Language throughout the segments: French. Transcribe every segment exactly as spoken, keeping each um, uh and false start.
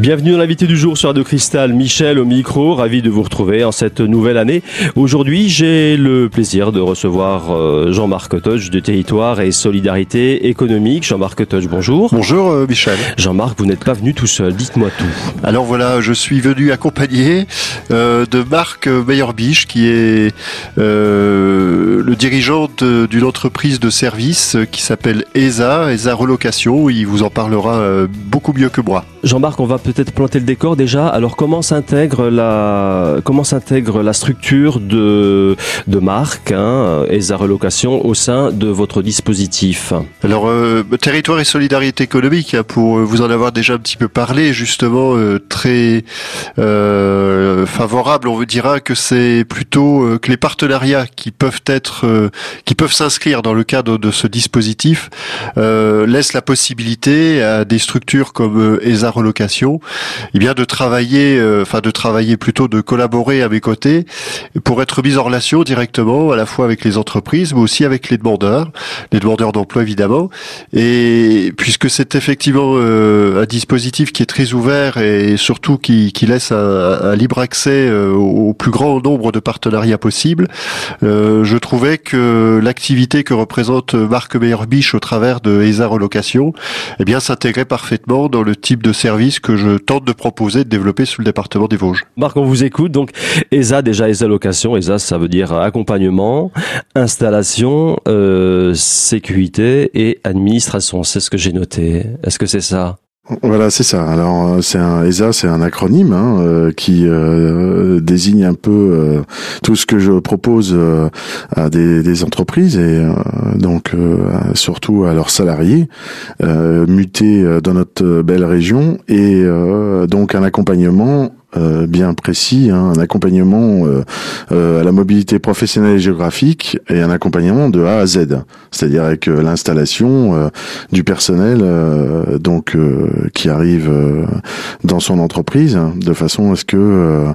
Bienvenue dans l'invité du jour sur Radio Cristal, Michel au micro, ravi de vous retrouver en cette nouvelle année. Aujourd'hui, j'ai le plaisir de recevoir Jean-Marc Totsch de Territoire et Solidarité Économique. Jean-Marc Totsch, bonjour. Bonjour euh, Michel. Jean-Marc, vous n'êtes pas venu tout seul, dites-moi tout. Alors voilà, je suis venu accompagné euh, de Marc Meyerbisch, qui est euh, le dirigeant de, d'une entreprise de service qui s'appelle E S A, E S A Relocation. Il vous en parlera euh, beaucoup mieux que moi. Jean-Marc, on va peut-être planter le décor déjà. Alors comment s'intègre la comment s'intègre la structure de de Marc, hein, E S A Relocation, au sein de votre dispositif? Alors euh, Territoire et Solidarité Économique, hein, pour vous en avoir déjà un petit peu parlé, justement euh, très euh, favorable, on vous dira que c'est plutôt euh, que les partenariats qui peuvent être euh, qui peuvent s'inscrire dans le cadre de ce dispositif euh, laissent la possibilité à des structures comme euh, E S A Relocation, eh bien de travailler, euh, enfin de travailler plutôt de collaborer à mes côtés pour être mis en relation directement à la fois avec les entreprises, mais aussi avec les demandeurs, les demandeurs d'emploi évidemment. Et puisque c'est effectivement euh, un dispositif qui est très ouvert et surtout qui, qui laisse un, un libre accès euh, au plus grand nombre de partenariats possibles, euh, je trouvais que l'activité que représente Marc Meyerbisch au travers de E S A Relocation, eh bien s'intégrait parfaitement dans le type de service que je tente de proposer, de développer sous le département des Vosges. Marc, on vous écoute. Donc, E S A, déjà, E S A Location. E S A, ça veut dire accompagnement, installation, euh, sécurité et administration. C'est ce que j'ai noté. Est-ce que c'est ça? Voilà, c'est ça. Alors, c'est un E S A, c'est un acronyme hein, euh, qui euh, désigne un peu euh, tout ce que je propose euh, à des, des entreprises et euh, donc euh, surtout à leurs salariés euh, mutés dans notre belle région et euh, donc un accompagnement Euh, bien précis, hein, un accompagnement euh, euh, à la mobilité professionnelle et géographique et un accompagnement de A à Z, c'est-à-dire avec euh, l'installation euh, du personnel euh, donc euh, qui arrive euh, dans son entreprise de façon à ce que euh,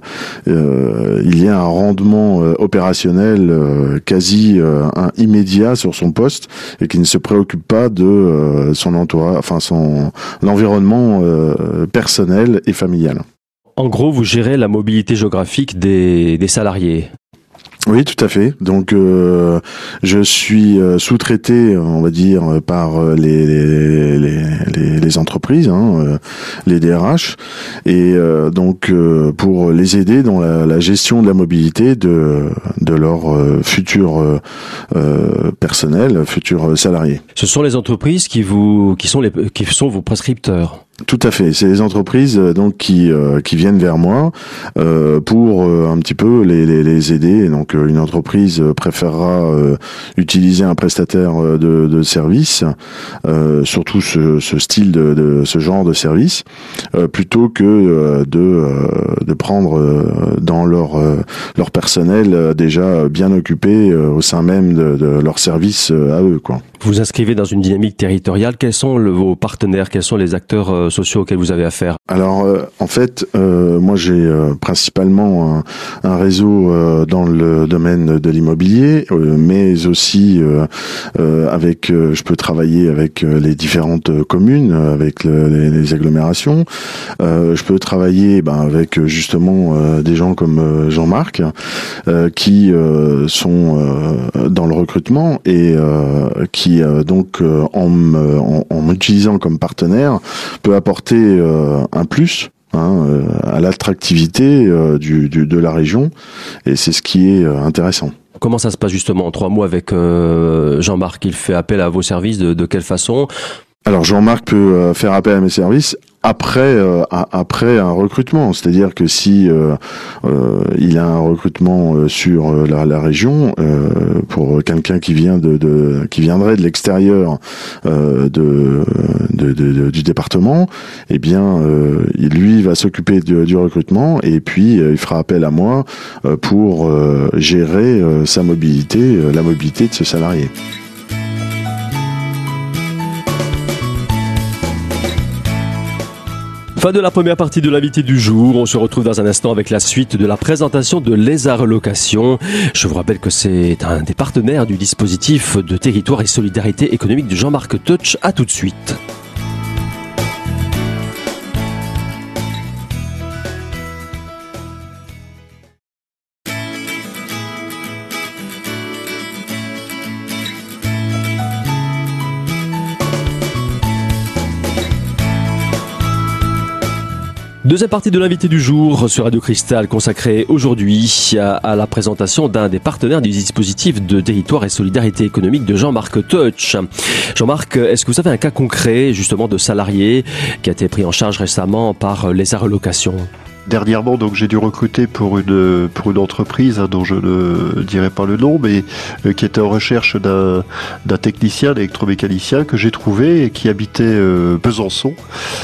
euh, il y ait un rendement euh, opérationnel euh, quasi euh, un, immédiat sur son poste et qui ne se préoccupe pas de euh, son entourage, enfin son l'environnement euh, personnel et familial. En gros, vous gérez la mobilité géographique des, des salariés. Oui, tout à fait. Donc, euh, je suis euh, sous-traité, on va dire, par les les les, les entreprises, hein, euh, les D R H, et euh, donc euh, pour les aider dans la, la gestion de la mobilité de de leurs euh, futurs euh, euh, personnels, futurs salariés. Ce sont les entreprises qui vous qui sont les qui sont vos prescripteurs. Tout à fait. C'est les entreprises donc qui euh, qui viennent vers moi euh, pour euh, un petit peu les les, les aider. Donc euh, une entreprise préférera euh, utiliser un prestataire de, de service, euh, surtout ce, ce style de, de ce genre de service, euh, plutôt que euh, de euh, de prendre euh, dans leur euh, leur personnel euh, déjà bien occupé euh, au sein même de, de leur service euh, à eux, quoi. Vous vous inscrivez dans une dynamique territoriale. Quels sont le, vos partenaires? Quels sont les acteurs euh, sociaux auxquels vous avez affaire? Alors, euh, en fait, euh, moi j'ai euh, principalement un, un réseau euh, dans le domaine de l'immobilier, euh, mais aussi euh, euh, avec, euh, je peux travailler avec euh, les différentes communes, avec le, les, les agglomérations. Euh, je peux travailler ben, avec justement euh, des gens comme euh, Jean-Marc euh, qui euh, sont euh, dans le recrutement et euh, qui euh, donc euh, en, en, en m'utilisant comme partenaire peut apporter euh, un plus hein, euh, à l'attractivité euh, du, du, de la région et c'est ce qui est euh, intéressant. Comment ça se passe justement en trois mots avec euh, Jean-Marc? Il fait appel à vos services de, de quelle façon? Alors Jean-Marc peut euh, faire appel à mes services après euh, à, après un recrutement, c'est-à-dire que si euh, euh, il a un recrutement euh, sur euh, la, la région euh, pour quelqu'un qui vient de, de qui viendrait de l'extérieur euh, de, de, de, de du département, eh bien euh, il lui va s'occuper de, du recrutement et puis euh, il fera appel à moi euh, pour euh, gérer euh, sa mobilité, euh, la mobilité de ce salarié. Fin de la première partie de l'invité du jour. On se retrouve dans un instant avec la suite de la présentation de l'E S A Relocation. Je vous rappelle que c'est un des partenaires du dispositif de Territoire et Solidarité Économique de Jean-Marc Totsch. À tout de suite. Deuxième partie de l'invité du jour sur Radio Cristal, consacrée aujourd'hui à, à la présentation d'un des partenaires du dispositif de territoire et solidarité économique de Jean-Marc Touch. Jean-Marc, est-ce que vous avez un cas concret justement de salarié qui a été pris en charge récemment par les allocations ? Dernièrement, donc j'ai dû recruter pour une pour une entreprise hein, dont je ne dirai pas le nom, mais euh, qui était en recherche d'un d'un technicien, d'électromécanicien que j'ai trouvé et qui habitait euh, Besançon.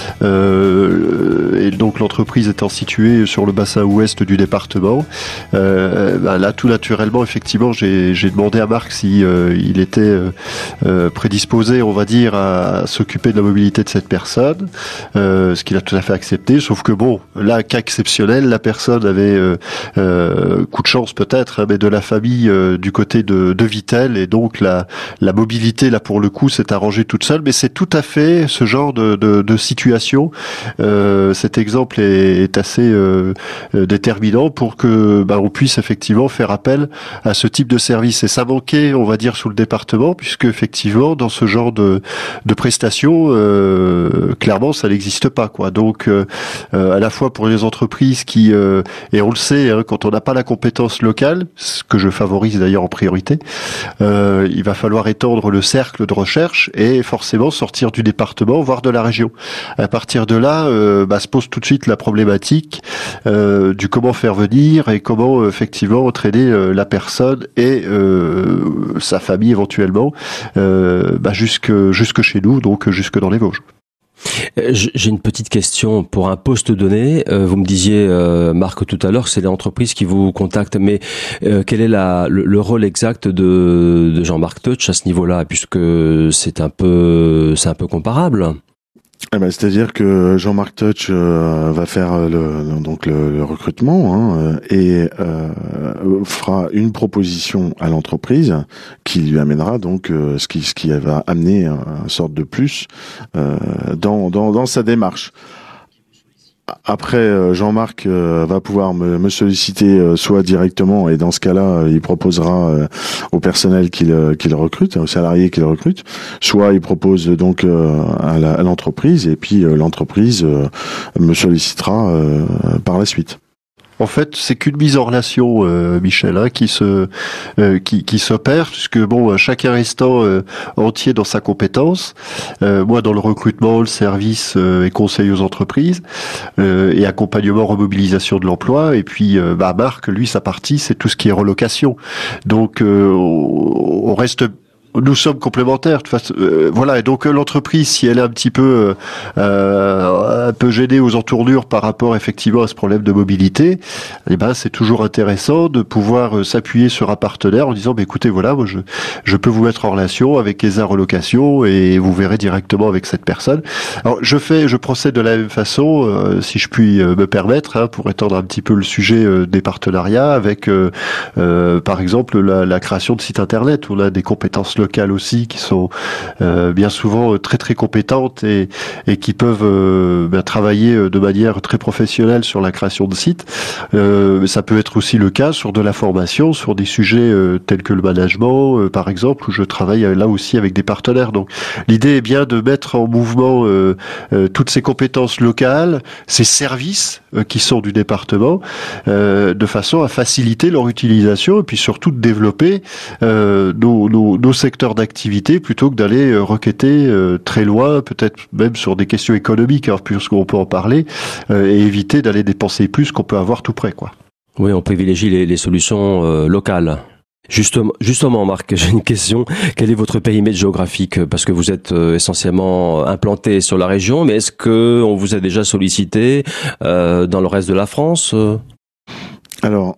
Euh, et donc l'entreprise étant située sur le bassin ouest du département. Euh, ben là, tout naturellement, effectivement, j'ai j'ai demandé à Marc si euh, il était euh, prédisposé, on va dire, à, à s'occuper de la mobilité de cette personne, euh, ce qu'il a tout à fait accepté. Sauf que bon, là, cas exceptionnel, la personne avait euh, euh, coup de chance peut-être, hein, mais de la famille euh, du côté de, de Vittel, et donc la, la mobilité là pour le coup s'est arrangée toute seule. Mais c'est tout à fait ce genre de, de, de situation. Euh, cet exemple est, est assez euh, déterminant pour que bah, on puisse effectivement faire appel à ce type de service. Et ça manquait, on va dire, sous le département, puisque effectivement dans ce genre de, de prestations, euh, clairement ça n'existe pas, quoi. Donc euh, à la fois pour les entreprises entreprises qui, euh, et on le sait, hein, quand on n'a pas la compétence locale, ce que je favorise d'ailleurs en priorité, euh, il va falloir étendre le cercle de recherche et forcément sortir du département, voire de la région. À partir de là, euh, bah, se pose tout de suite la problématique euh, du comment faire venir et comment effectivement entraîner euh, la personne et euh, sa famille éventuellement euh, bah, jusque, jusque chez nous, donc jusque dans les Vosges. J'ai une petite question pour un poste donné. Euh, vous me disiez, euh, Marc, tout à l'heure, que c'est l'entreprise qui vous contacte, mais euh, quel est la, le, le rôle exact de, de Jean-Marc Touch à ce niveau-là, puisque c'est un peu, c'est un peu comparable. Eh ben, c'est-à-dire que Jean-Marc Touch euh, va faire le, donc le, le recrutement hein, et euh, fera une proposition à l'entreprise qui lui amènera donc euh, ce qui ce qui va amener une sorte de plus euh, dans dans dans sa démarche. Après, Jean-Marc va pouvoir me, me solliciter soit directement, et dans ce cas-là, il proposera au personnel qu'il qu'il recrute, aux salariés qu'il recrute, soit il propose donc à la, à l'entreprise, et puis l'entreprise me sollicitera par la suite. En fait, c'est qu'une mise en relation, euh, Michel, hein, qui se, euh, qui, qui s'opère, puisque bon, chacun restant euh, entier dans sa compétence. Euh, moi, dans le recrutement, le service euh, et conseil aux entreprises euh, et accompagnement, remobilisation de l'emploi. Et puis, euh, bah, Marc, lui, sa partie, c'est tout ce qui est relocation. Donc, euh, on, on reste. Nous sommes complémentaires. De toute façon, euh, voilà. Et donc euh, l'entreprise, si elle est un petit peu, euh, un peu gênée aux entournures par rapport effectivement à ce problème de mobilité, eh ben c'est toujours intéressant de pouvoir euh, s'appuyer sur un partenaire en disant, bah, écoutez, voilà, moi je, je peux vous mettre en relation avec E S A Relocation et vous verrez directement avec cette personne. Alors je fais, je procède de la même façon, euh, si je puis euh, me permettre, hein, pour étendre un petit peu le sujet euh, des partenariats avec, euh, euh, par exemple, la, la création de sites internet où on a des compétences locales aussi qui sont euh, bien souvent très très compétentes et, et qui peuvent euh, ben, travailler de manière très professionnelle sur la création de sites. Euh, ça peut être aussi le cas sur de la formation, sur des sujets euh, tels que le management, euh, par exemple, où je travaille là aussi avec des partenaires. Donc l'idée est bien de mettre en mouvement euh, euh, toutes ces compétences locales, ces services euh, qui sont du département, euh, de façon à faciliter leur utilisation et puis surtout de développer euh, nos, nos, nos secteurs d'activité plutôt que d'aller euh, requêter euh, très loin, peut-être même sur des questions économiques, alors puisqu'on peut en parler, euh, et éviter d'aller dépenser plus qu'on peut avoir tout près, quoi. Oui, on privilégie les, les solutions euh, locales. Justement, justement, Marc, j'ai une question. Quel est votre périmètre géographique? Parce que vous êtes euh, essentiellement implanté sur la région, mais est-ce que on vous a déjà sollicité euh, dans le reste de la France? Alors,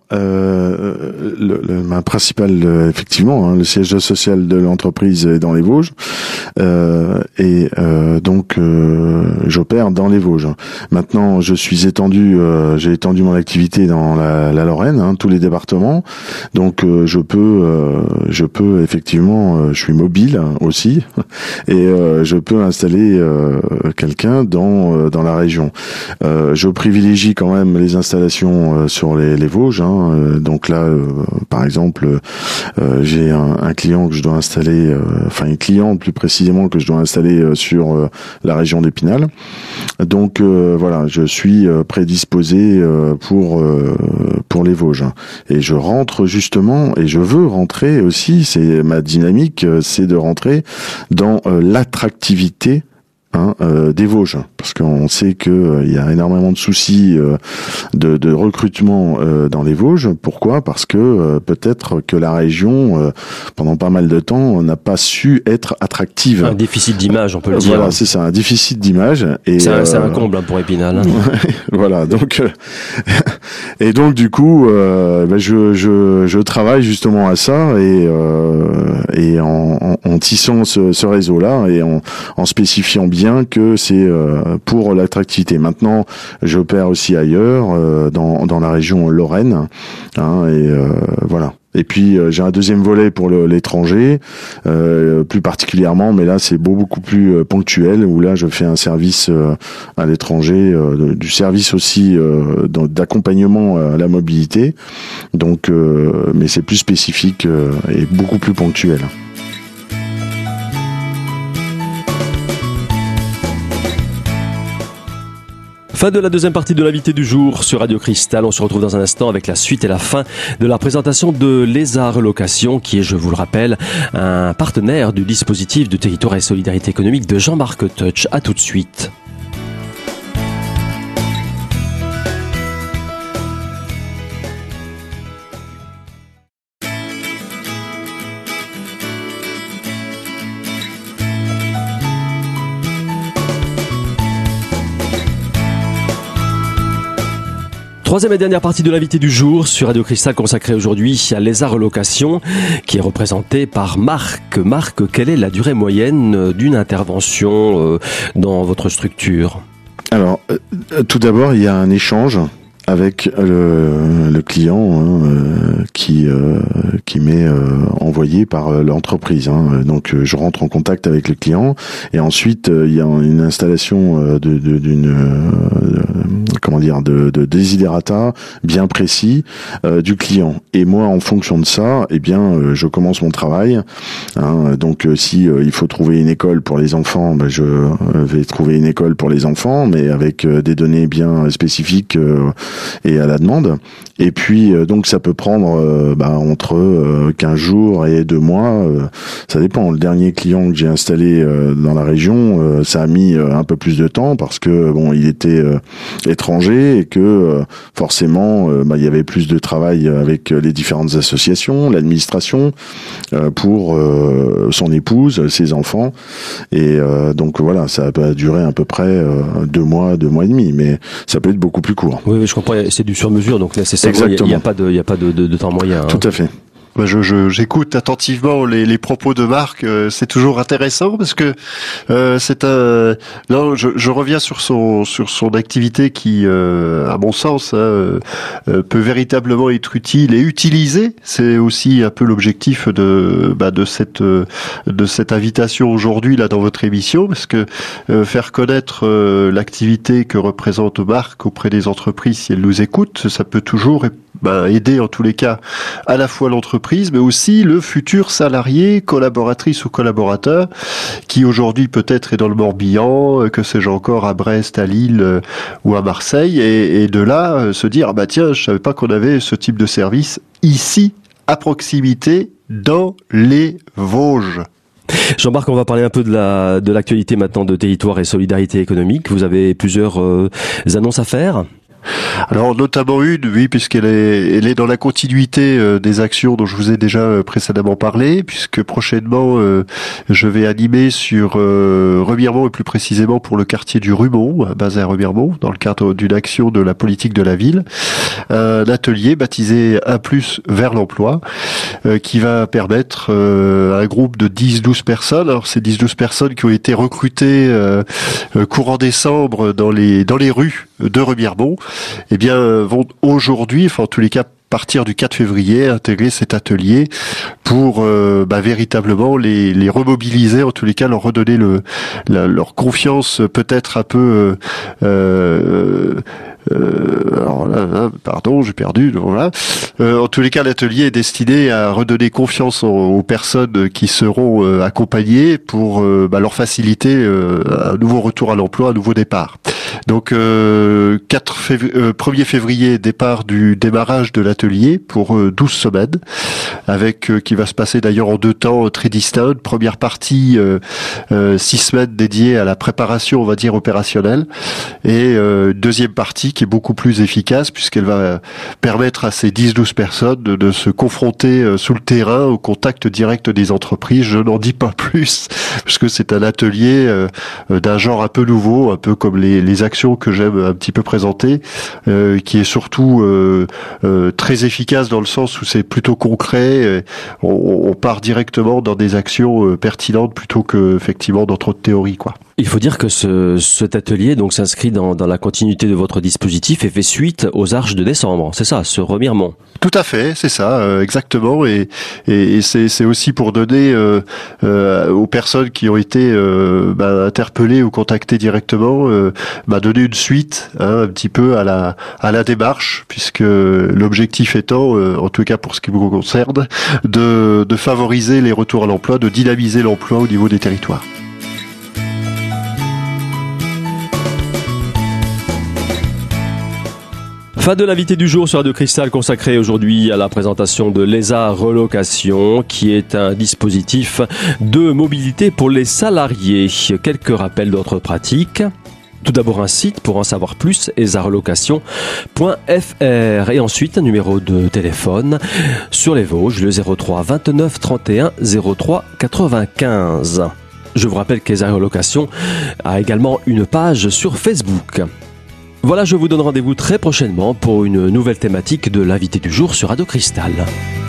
euh, le, le, ma principale, euh, effectivement, hein, le siège social de l'entreprise est dans les Vosges, euh, et euh, donc euh, j'opère dans les Vosges. Maintenant, je suis étendu, euh, j'ai étendu mon activité dans la, la Lorraine, hein, tous les départements. Donc, euh, je peux, euh, je peux effectivement, euh, je suis mobile hein, aussi, et euh, je peux installer euh, quelqu'un dans euh, dans la région. Euh, je privilégie quand même les installations euh, sur les, les Vosges. Hein. Euh, donc là, euh, par exemple, euh, j'ai un, un client que je dois installer, euh, enfin une cliente plus précisément que je dois installer euh, sur euh, la région d'Épinal. Donc euh, voilà, je suis euh, prédisposé euh, pour euh, pour les Vosges. Et je rentre justement, et je veux rentrer aussi, c'est ma dynamique, c'est de rentrer dans euh, l'attractivité Hein, euh, des Vosges, parce qu'on sait que euh, il y a énormément de soucis euh, de, de recrutement euh, dans les Vosges. Pourquoi ? Parce que euh, peut-être que la région, euh, pendant pas mal de temps, n'a pas su être attractive. Un déficit d'image, on peut le dire. Voilà, c'est ça, un déficit d'image. Et c'est un, euh, c'est un comble hein, pour Épinal. Hein. Voilà, donc euh, et donc du coup, euh, ben, je, je je travaille justement à ça et euh, et en, en, en tissant ce, ce réseau-là et en, en spécifiant bien que c'est euh, pour l'attractivité. Maintenant, j'opère aussi ailleurs, euh, dans, dans la région Lorraine, hein, et euh, voilà. Et puis euh, j'ai un deuxième volet pour le, l'étranger, euh, plus particulièrement, mais là c'est beaucoup plus euh, ponctuel, où là je fais un service euh, à l'étranger, euh, du service aussi euh, d'accompagnement à la mobilité. Donc, euh, mais c'est plus spécifique euh, et beaucoup plus ponctuel. Fin de la deuxième partie de l'invité du jour sur Radio Cristal. On se retrouve dans un instant avec la suite et la fin de la présentation de l'E S A Relocation, qui est, je vous le rappelle, un partenaire du dispositif de territoire et solidarité économique de Jean-Marc Totsch. À tout de suite. Troisième et dernière partie de l'invité du jour sur Radio Cristal, consacrée aujourd'hui à l'E S A Relocation, qui est représentée par Marc. Marc, quelle est la durée moyenne d'une intervention dans votre structure ? Alors, euh, tout d'abord, il y a un échange avec le, le client hein, euh, qui euh, qui m'est euh, envoyé par l'entreprise. Hein. Donc euh, je rentre en contact avec le client et ensuite euh, il y a une installation euh, de, de d'une euh, comment dire de, de desiderata bien précis euh, du client. Et moi, en fonction de ça, eh bien euh, je commence mon travail. Hein. Donc euh, si euh, il faut trouver une école pour les enfants, ben, je vais trouver une école pour les enfants, mais avec euh, des données bien spécifiques. Euh, et à la demande. Et puis euh, donc ça peut prendre euh, bah, entre euh, quinze jours et deux mois, euh, ça dépend. Le dernier client que j'ai installé euh, dans la région, euh, ça a mis euh, un peu plus de temps parce que bon, il était euh, étranger et que euh, forcément euh, bah, il y avait plus de travail avec les différentes associations, l'administration euh, pour euh, son épouse, ses enfants. Et euh, donc voilà, ça a duré à peu près euh, deux mois, deux mois et demi, mais ça peut être beaucoup plus court. Oui, oui, je comprends. C'est du sur-mesure, donc là, c'est ça. Il n'y a, a pas de, il y a pas de, de, de temps moyen. Hein. Tout à fait. Je, je, j'écoute attentivement les, les propos de Marc. Euh, c'est toujours intéressant parce que euh, c'est un. Non, je, je reviens sur son sur son activité qui, euh, à mon sens, hein, euh, peut véritablement être utile et utilisée. C'est aussi un peu l'objectif de bah, de cette de cette invitation aujourd'hui là dans votre émission, parce que euh, faire connaître euh, l'activité que représente Marc auprès des entreprises, si elles nous écoutent, ça peut toujours bah, aider en tous les cas à la fois l'entreprise, mais aussi le futur salarié, collaboratrice ou collaborateur, qui aujourd'hui peut-être est dans le Morbihan, que sais-je encore, à Brest, à Lille euh, ou à Marseille, et, et de là euh, se dire, ah bah tiens, je savais pas qu'on avait ce type de service ici, à proximité, dans les Vosges. Jean-Marc, on va parler un peu de la de l'actualité maintenant de territoire et solidarité économique. Vous avez plusieurs euh, annonces à faire ? Alors notamment une, oui, puisqu'elle est, elle est dans la continuité euh, des actions dont je vous ai déjà euh, précédemment parlé, puisque prochainement euh, je vais animer sur euh, Remiremont et plus précisément pour le quartier du Rumont, basé à Remiremont, dans le cadre d'une action de la politique de la ville, un atelier baptisé un plus vers l'emploi, euh, qui va permettre euh, à un groupe de dix douze personnes, alors c'est dix douze personnes qui ont été recrutées euh, euh, courant décembre dans les dans les rues de Remiremont, eh bien, vont aujourd'hui, enfin en tous les cas, partir du quatre février, intégrer cet atelier pour euh, bah, véritablement les, les remobiliser, en tous les cas leur redonner le, la, leur confiance peut-être un peu euh, Euh, alors là, là, pardon, j'ai perdu. Voilà. Euh, en tous les cas, l'atelier est destiné à redonner confiance aux, aux personnes qui seront euh, accompagnées pour euh, bah, leur faciliter euh, un nouveau retour à l'emploi, un nouveau départ. Donc, euh, quatre fév- euh, premier février, départ du démarrage de l'atelier pour euh, douze semaines, avec euh, qui va se passer d'ailleurs en deux temps euh, très distincts. Première partie, euh, euh, six semaines dédiées à la préparation, on va dire, opérationnelle, et euh, deuxième partie qui est beaucoup plus efficace puisqu'elle va permettre à ces dix douze personnes de, de se confronter euh, sous le terrain au contact direct des entreprises. Je n'en dis pas plus puisque c'est un atelier euh, d'un genre un peu nouveau, un peu comme les, les actions que j'aime un petit peu présenter, euh, qui est surtout euh, euh, très efficace dans le sens où c'est plutôt concret. On, on part directement dans des actions euh, pertinentes plutôt que effectivement dans trop de théorie, quoi. Il faut dire que ce, cet atelier donc s'inscrit dans, dans la continuité de votre dispositif et fait suite aux Arches de décembre. C'est ça, ce remirement. Tout à fait, c'est ça, euh, exactement. Et, et, et c'est, c'est aussi pour donner euh, euh, aux personnes qui ont été euh, bah, interpellées ou contactées directement, euh, bah, donner une suite hein, un petit peu à la à la démarche, puisque l'objectif étant, euh, en tout cas pour ce qui vous concerne, de, de favoriser les retours à l'emploi, de dynamiser l'emploi au niveau des territoires. Fin de l'invité du jour sur Radio Cristal consacré aujourd'hui à la présentation de l'E S A Relocation qui est un dispositif de mobilité pour les salariés. Quelques rappels d'autres pratiques. Tout d'abord un site pour en savoir plus, e s a relocation point f r et ensuite un numéro de téléphone sur les Vosges, le zéro trois vingt-neuf trente et un zéro trois quatre-vingt-quinze. Je vous rappelle qu'E S A Relocation a également une page sur Facebook. Voilà, je vous donne rendez-vous très prochainement pour une nouvelle thématique de l'invité du jour sur Radio Cristal.